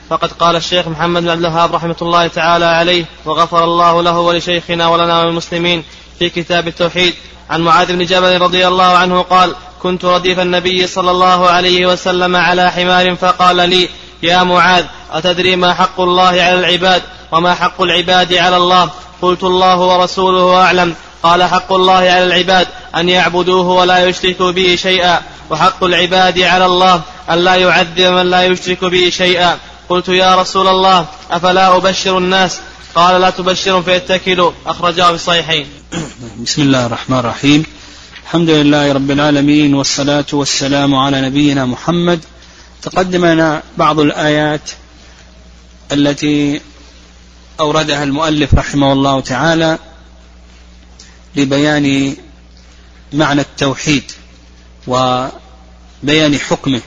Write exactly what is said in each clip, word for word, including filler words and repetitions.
فقد قال الشيخ محمد بن عبد الوهاب رحمة الله تعالى عليه وغفر الله له ولشيخنا ولنا والمسلمين في كتاب التوحيد عن معاذ بن جبل رضي الله عنه قال: كنت رديف النبي صلى الله عليه وسلم على حمار فقال لي: يا معاذ، أتدري ما حق الله على العباد وما حق العباد على الله؟ قلت: الله ورسوله أعلم. قال: حق الله على العباد أن يعبدوه ولا يشركوا به شيئا، وحق العباد على الله أن لا يعذب من لا يشرك به شيئا. قلت: يا رسول الله، أفلا أبشر الناس؟ قال: لا تبشرهم فيتكلوا. أخرجاه في الصحيحين. بسم الله الرحمن الرحيم. الحمد لله رب العالمين، والصلاة والسلام على نبينا محمد. تقدم لنا بعض الآيات التي أوردها المؤلف رحمه الله تعالى لبيان معنى التوحيد وبيان حكمه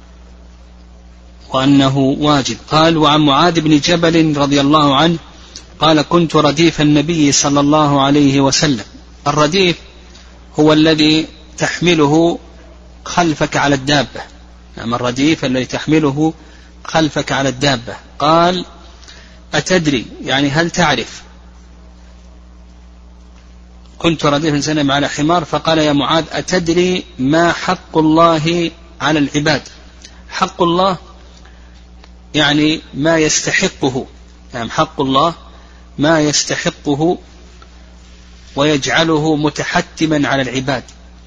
وأنه واجب. قال: وعن معاذ بن جبل رضي الله عنه قال: كنت رديف النبي صلى الله عليه وسلم. الرديف هو الذي تحمله خلفك على الدابة، يعني الرديف الذي تحمله خلفك على الدابة. قال: أتدري، يعني هل تعرف؟ كنت رديفا سنم على حمار فقال: يا معاذ، أتدري ما حق الله على العباد؟ حق الله يعني ما يستحقه، يعني حق الله ما يستحقه ويجعله متحتما على العباد.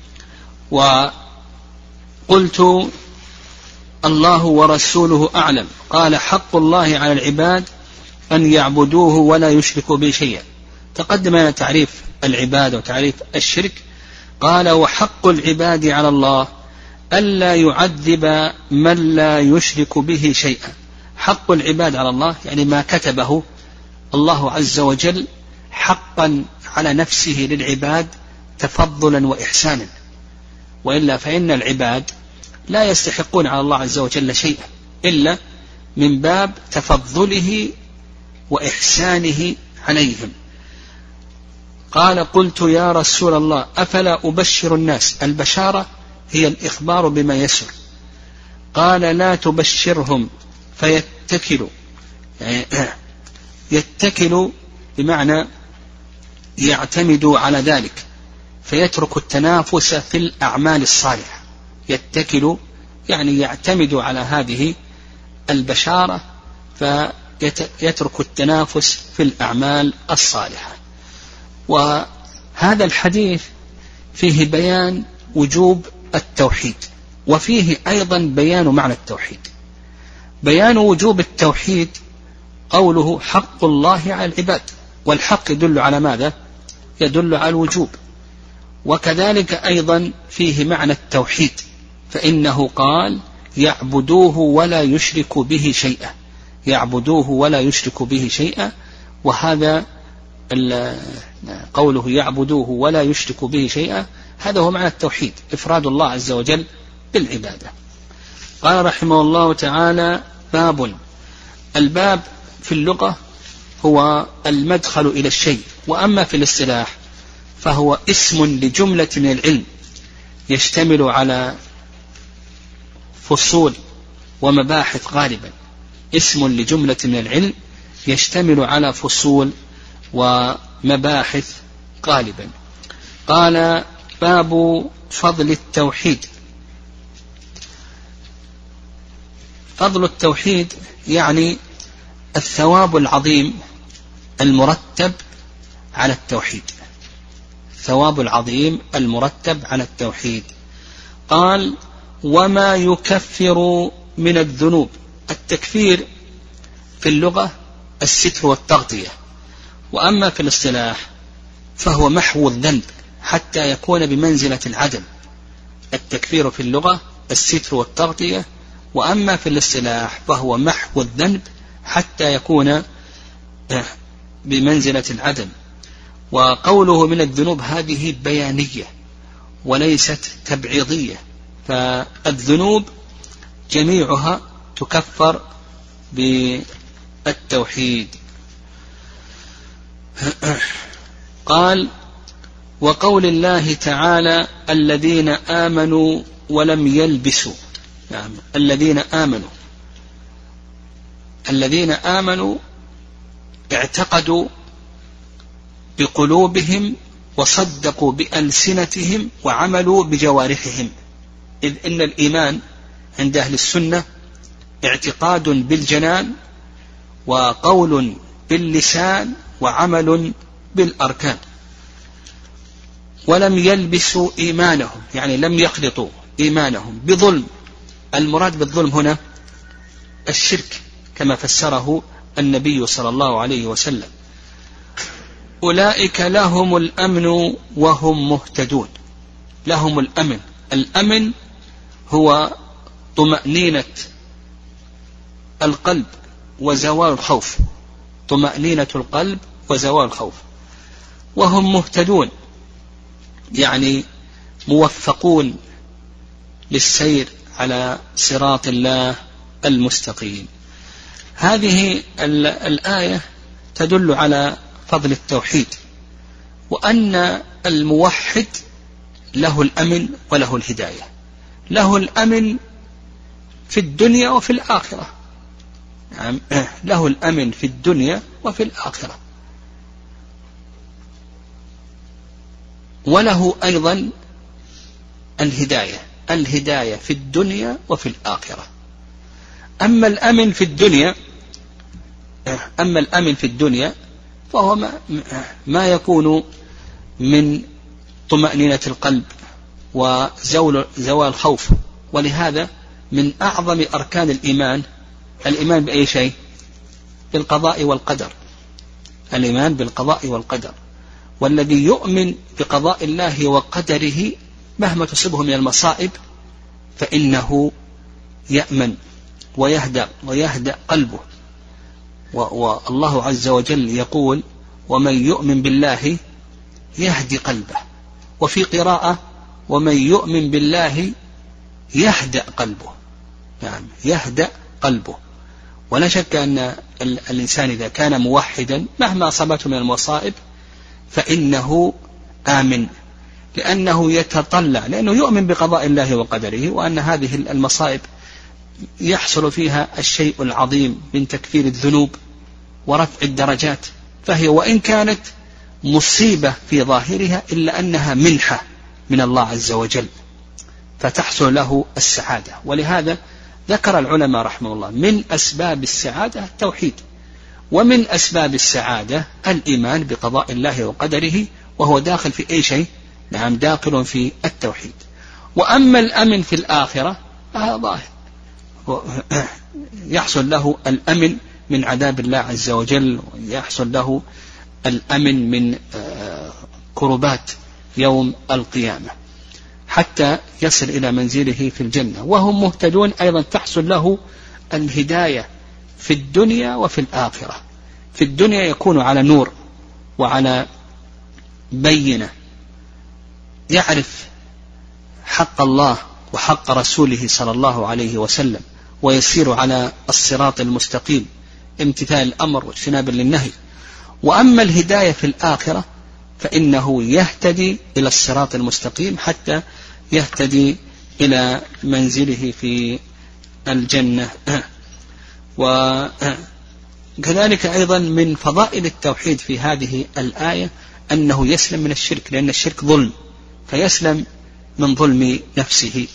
وقلت: الله ورسوله أعلم. قال: حق الله على العباد أن يعبدوه ولا يشركوا به شيئا. تقدم لنا تعريف العبادة وتعريف الشرك. قال: وحق العباد على الله ألا يعذب من لا يشرك به شيئا. حق العباد على الله يعني ما كتبه الله عز وجل حقا على نفسه للعباد تفضلا وإحسانا، وإلا فإن العباد لا يستحقون على الله عز وجل شيئا إلا من باب تفضله وإحسانه عليهم. قال: قلت: يا رسول الله، أفلا أبشر الناس؟ البشارة هي الإخبار بما يسر. قال: لا تبشرهم فيتكلوا. يعني يتكلوا بمعنى يعتمدوا على ذلك، فيترك التنافس في الأعمال الصالحة. يتكلوا يعني يعتمدوا على هذه البشارة فيترك التنافس في الأعمال الصالحة. وهذا الحديث فيه بيان وجوب التوحيد، وفيه أيضا بيان معنى التوحيد. بيان وجوب التوحيد قوله: حق الله على العباد، والحق يدل على ماذا؟ يدل على الوجوب. وكذلك أيضا فيه معنى التوحيد، فإنه قال: يعبدوه ولا يشرك به شيئا. يعبدوه ولا يشرك به شيئا، وهذا قوله يعبدوه ولا يشرك به شيئا هذا هو معنى التوحيد، إفراد الله عز وجل بالعبادة. قال رحمه الله تعالى: باب. الباب في اللغة هو المدخل إلى الشيء، وأما في الاصطلاح فهو اسم لجملة من العلم يشتمل على فصول ومباحث غالبا. اسم لجملة من العلم يشتمل على فصول ومباحث غالبا. قال: باب فضل التوحيد. فضل التوحيد يعني الثواب العظيم المرتب على التوحيد. الثواب العظيم المرتب على التوحيد. قال: وما يكفر من الذنوب. التكفير في اللغة الستر والتغطية، وأما في الاصطلاح فهو محو الذنب حتى يكون بمنزلة العدم. التكفير في اللغة الستر والتغطية، وأما في الاصطلاح فهو محو الذنب حتى يكون بمنزلة العدم. وقوله من الذنوب هذه بيانية وليست تبعيضية، فالذنوب جميعها تكفر بالتوحيد. قال: وقول الله تعالى: الذين آمنوا ولم يلبسوا. يعني الذين آمنوا الذين آمنوا اعتقدوا بقلوبهم وصدقوا بألسنتهم وعملوا بجوارحهم، إذ إن الإيمان عند أهل السنة اعتقاد بالجنان وقول باللسان وعمل بالأركان، ولم يلبسوا إيمانهم، يعني لم يخلطوا إيمانهم بظلم. المراد بالظلم هنا الشرك كما فسره النبي صلى الله عليه وسلم. أولئك لهم الأمن وهم مهتدون. لهم الأمن، الأمن هو طمأنينة القلب وزوال الخوف، طمأنينة القلب وزوال الخوف، وهم مهتدون يعني موفقون للسير على صراط الله المستقيم. هذه الآية تدل على فضل التوحيد، وأن الموحد له الأمن وله الهداية، له الأمن في الدنيا وفي الآخرة، يعني له الأمن في الدنيا وفي الآخرة، وله أيضا الهداية، الهداية في الدنيا وفي الآخرة. أما الأمن في الدنيا أما الأمن في الدنيا فهو ما, ما يكون من طمأنينة القلب وزوال زوال الخوف. ولهذا من أعظم أركان الإيمان الإيمان بأي شيء؟ بالقضاء والقدر، الإيمان بالقضاء والقدر. والذي يؤمن بقضاء الله وقدره مهما تصبه من المصائب فإنه يأمن ويهدأ ويهدأ قلبه. والله عز وجل يقول: ومن يؤمن بالله يهدي قلبه. وفي قراءة: ومن يؤمن بالله يهدأ قلبه، يعني يهدأ قلبه. ولا شك أن الإنسان إذا كان موحدا مهما أصابته من المصائب فإنه آمن، لأنه يتطلع، لأنه يؤمن بقضاء الله وقدره، وأن هذه المصائب يحصل فيها الشيء العظيم من تكفير الذنوب ورفع الدرجات، فهي وإن كانت مصيبة في ظاهرها إلا أنها منحة من الله عز وجل، فتحصل له السعادة. ولهذا ذكر العلماء رحمه الله من أسباب السعادة التوحيد، ومن أسباب السعادة الإيمان بقضاء الله وقدره، وهو داخل في أي شيء؟ نعم، داخل في التوحيد. وأما الأمن في الآخرة هذا ظاهر، يحصل له الأمن من عذاب الله عز وجل، ويحصل له الأمن من كربات يوم القيامة حتى يصل إلى منزله في الجنة. وهم مهتدون أيضا تحصل له الهداية في الدنيا وفي الآخرة. في الدنيا يكون على نور وعلى بينة، يعرف حق الله وحق رسوله صلى الله عليه وسلم، ويسير على الصراط المستقيم، امتثال الأمر واجتناب للنهي. وأما الهداية في الآخرة فإنه يهتدي إلى الصراط المستقيم حتى يهتدي إلى منزله في الجنة. وكذلك أيضا من فضائل التوحيد في هذه الآية أنه يسلم من الشرك، لأن الشرك ظلم، فيسلم من ظلم نفسه.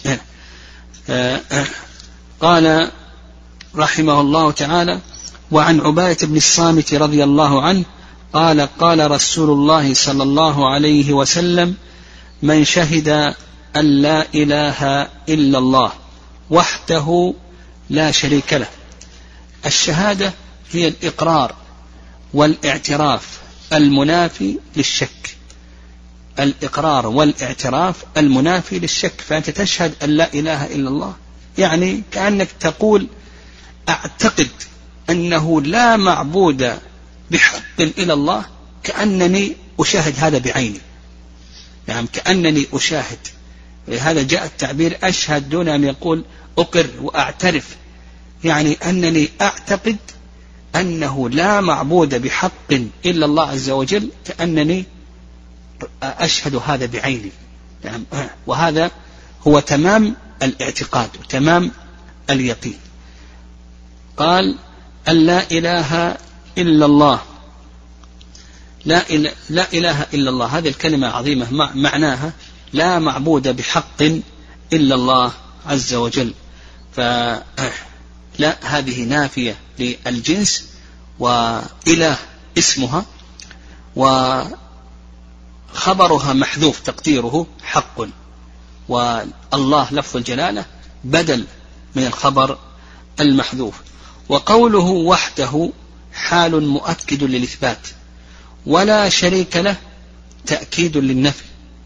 قال رحمه الله تعالى: وعن عبادة بن الصامت رضي الله عنه قال: قال رسول الله صلى الله عليه وسلم: من شهد أن لا إله إلا الله وحده لا شريك له. الشهادة هي الإقرار والاعتراف المنافي للشك، الإقرار والاعتراف المنافي للشك. فأنت تشهد أن لا إله إلا الله، يعني كأنك تقول: أعتقد أنه لا معبود بحق إلى الله، كأنني أشاهد هذا بعيني، يعني كأنني أشاهد. هذا جاء التعبير أشهد دون أن يقول أقر وأعترف، يعني أنني أعتقد أنه لا معبود بحق إلا الله عز وجل، كأنني أشهد هذا بعيني. يعني وهذا هو تمام الاعتقاد وتمام اليقين. قال: أن لا إله إلا الله. لا, إل... لا إله إلا الله هذه الكلمة عظيمة، معناها لا معبود بحق إلا الله عز وجل. فلا هذه نافية للجنس، وإله اسمها، وخبرها محذوف تقديره حق، والله لفظ الجلالة بدل من الخبر المحذوف. وقوله وحده حال مؤكد للإثبات، ولا شريك له تأكيد للنفي.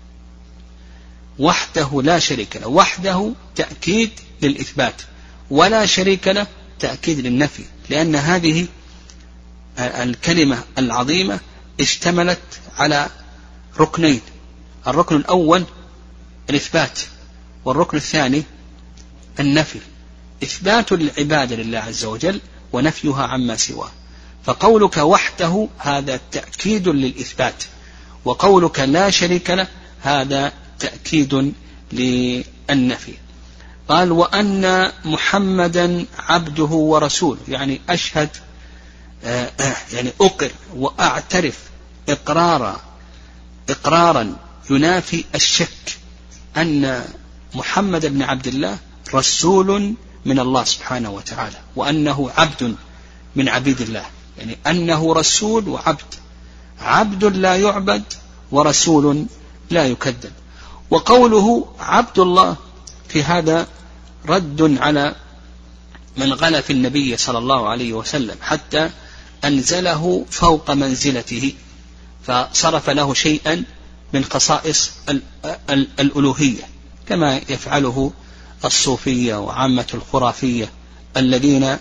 وحده لا شريك له، وحده تأكيد للإثبات، ولا شريك له تأكيد للنفي، لأن هذه الكلمة العظيمة اشتملت على ركنين: الركن الأول الإثبات، والركن الثاني النفي. إثبات العبادة لله عز وجل ونفيها عما سواه. فقولك وحده هذا تأكيد للإثبات، وقولك لا شريك له هذا تأكيد للنفي. قال وأن محمدا عبده ورسوله، يعني أشهد آه آه يعني أقر وأعترف إقرارا إقرارا ينافي الشك أن محمد بن عبد الله رسول من الله سبحانه وتعالى، وأنه عبد من عبيد الله، يعني أنه رسول وعبد، عبد لا يعبد ورسول لا يكذب. وقوله عبد الله في هذا رد على من غلا في النبي صلى الله عليه وسلم حتى أنزله فوق منزلته، فصرف له شيئا من خصائص الألوهية، كما يفعله الصوفية وعامة الخرافية الذين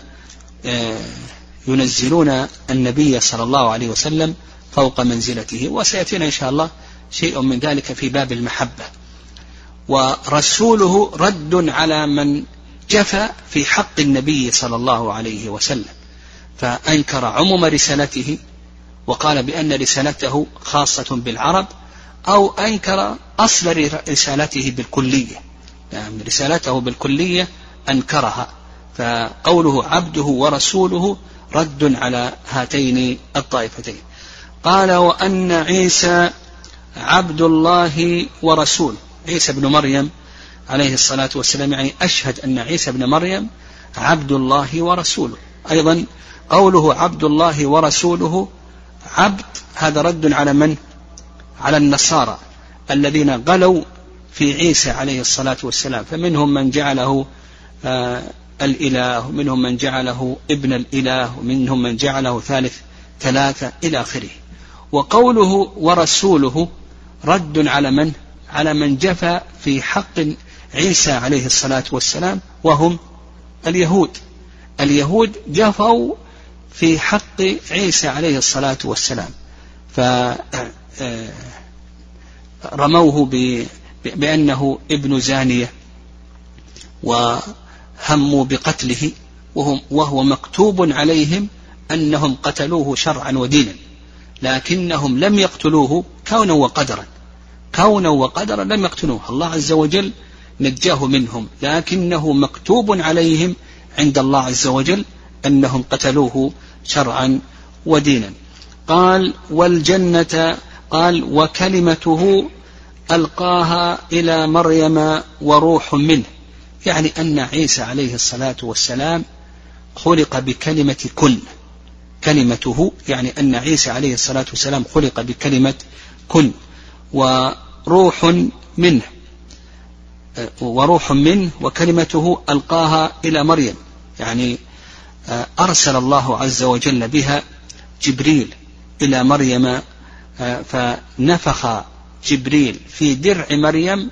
ينزلون النبي صلى الله عليه وسلم فوق منزلته. وسيأتينا إن شاء الله شيء من ذلك في باب المحبة. ورسوله رد على من جفى في حق النبي صلى الله عليه وسلم، فأنكر عموم رسالته وقال بأن رسالته خاصة بالعرب، أو أنكر أصل رسالته بالكلية، يعني رسالته بالكلية أنكرها. فقوله عبده ورسوله رد على هاتين الطائفتين. قال وأن عيسى عبد الله ورسوله، عيسى بن مريم عليه الصلاة والسلام، يعني أشهد أن عيسى بن مريم عبد الله ورسوله. أيضا قوله عبد الله ورسوله، عبد هذا رد على من؟ على النصارى الذين غلوا في عيسى عليه الصلاة والسلام، فمنهم من جعله آه الإله، ومنهم من جعله ابن الإله، ومنهم من جعله ثالث ثلاثة إلى آخره. وقوله ورسوله رد على من؟ على من جفى في حق عيسى عليه الصلاة والسلام، وهم اليهود. اليهود جفوا في حق عيسى عليه الصلاة والسلام، فرموه بأنه ابن زانية، وهموا بقتله، وهم وهو مكتوب عليهم أنهم قتلوه شرعا ودينا، لكنهم لم يقتلوه كونا وقدرا، كونا وقدرا لم يقتلوه، الله عز وجل نجاه منهم، لكنه مكتوب عليهم عند الله عز وجل أنهم قتلوه شرعا ودينا. قال والجنة، قال وكلمته ألقاها إلى مريم وروح منه، يعني أن عيسى عليه الصلاة والسلام خلق بكلمة كن، كلمته يعني أن عيسى عليه الصلاة والسلام خلق بكلمة كن، وروح منه وروح منه وكلمته ألقاها إلى مريم، يعني أرسل الله عز وجل بها جبريل إلى مريم، فنفخ جبريل في درع مريم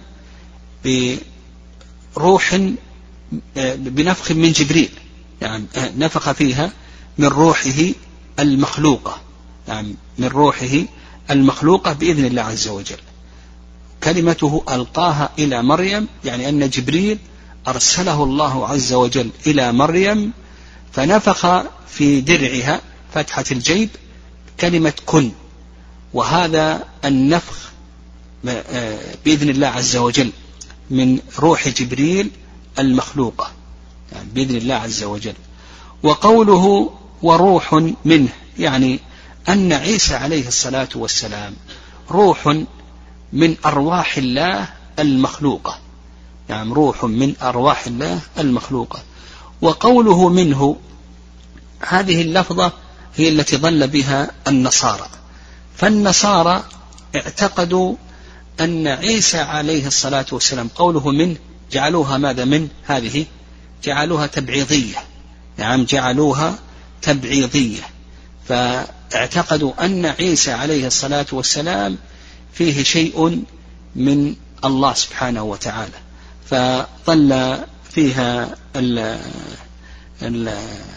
بروح، بنفخ من جبريل، يعني نفخ فيها من روحه المخلوقة، يعني من روحه المخلوقة بإذن الله عز وجل. كلمته ألقاها إلى مريم، يعني أن جبريل أرسله الله عز وجل إلى مريم، فنفخ في درعها فتحة الجيب كلمة كن، وهذا النفخ بإذن الله عز وجل من روح جبريل المخلوقة، يعني بإذن الله عز وجل. وقوله وروح منه، يعني أن عيسى عليه الصلاة والسلام روح من أرواح الله المخلوقة، يعني روح من أرواح الله المخلوقة. وقوله منه هذه اللفظة هي التي ضل بها النصارى، فالنصارى اعتقدوا أن عيسى عليه الصلاة والسلام قوله منه جعلوها ماذا من هذه جعلوها تبعيضية، نعم جعلوها تبعيضية، فاعتقدوا أن عيسى عليه الصلاة والسلام فيه شيء من الله سبحانه وتعالى، فضل فيها ال ال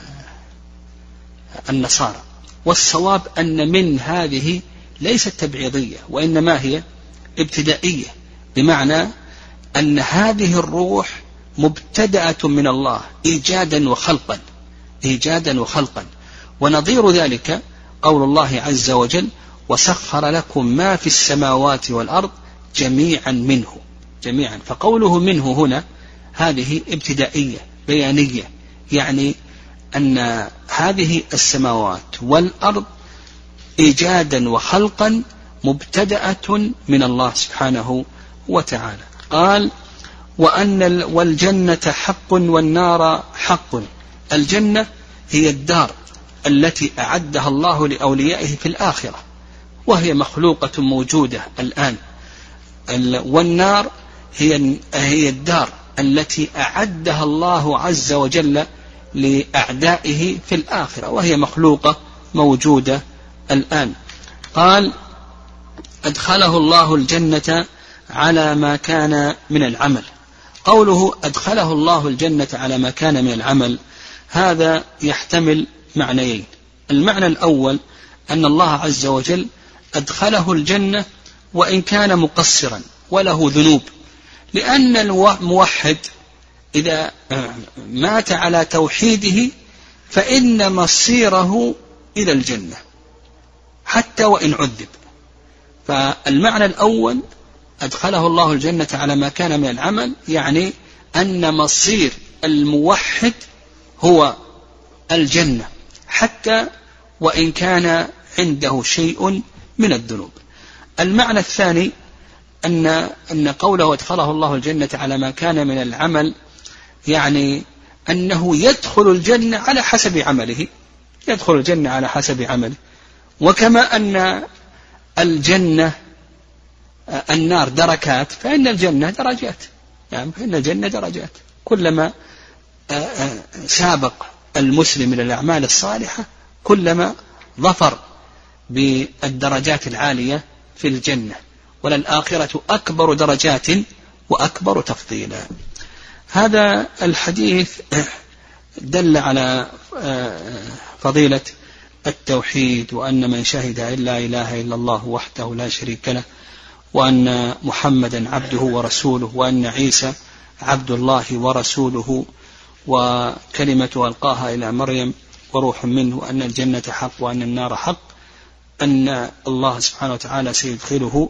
النصارى. والصواب أن من هذه ليست تبعيضية، وإنما هي ابتدائية، بمعنى أن هذه الروح مبتدأة من الله إيجادا وخلقا إيجادا وخلقا ونظير ذلك قول الله عز وجل وسخر لكم ما في السماوات والأرض جميعا منه جميعا. فقوله منه هنا هذه ابتدائية بيانية، يعني أن هذه السماوات والأرض إيجادا وخلقا مبتدأة من الله سبحانه وتعالى. قال وأن والجنة حق والنار حق. الجنة هي الدار التي أعدها الله لأوليائه في الآخرة، وهي مخلوقة موجودة الآن. والنار هي هي الدار التي أعدها الله عز وجل لأعدائه في الآخرة، وهي مخلوقة موجودة الآن. قال أدخله الله الجنة على ما كان من العمل. قوله أدخله الله الجنة على ما كان من العمل هذا يحتمل معنيين. المعنى الأول أن الله عز وجل أدخله الجنة وإن كان مقصرا وله ذنوب، لأن الموحد إذا مات على توحيده فإن مصيره إلى الجنة حتى وإن عذب. فالمعنى الأول أدخله الله الجنة على ما كان من العمل، يعني أن مصير الموحد هو الجنة حتى وإن كان عنده شيء من الذنوب. المعنى الثاني أن أن قوله أدخله الله الجنة على ما كان من العمل، يعني أنه يدخل الجنة على حسب عمله يدخل الجنة على حسب عمله. وكما أن الجنة النار دركات، فإن الجنة درجات، يعني فإن الجنة درجات. كلما سابق المسلم إلى الأعمال الصالحة كلما ظفر بالدرجات العالية في الجنة، وللآخرة أكبر درجات وأكبر تفضيلا. هذا الحديث دل على فضيلة التوحيد، وأن من شهد أن لا إله إلا الله وحده لا شريك له، وأن محمدا عبده ورسوله، وأن عيسى عبد الله ورسوله وكلمة ألقاها إلى مريم وروح منه، وأن الجنة حق وأن النار حق، أن الله سبحانه وتعالى سيدخله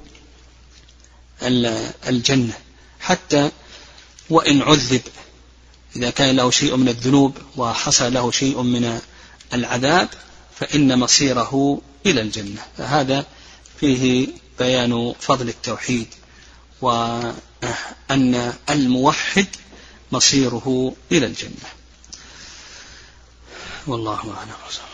الجنة حتى وإن عذب، إذا كان له شيء من الذنوب وحصل له شيء من العذاب فإن مصيره إلى الجنة. فهذا فيه بيان فضل التوحيد، وأن الموحد مصيره إلى الجنة. والله أعلم.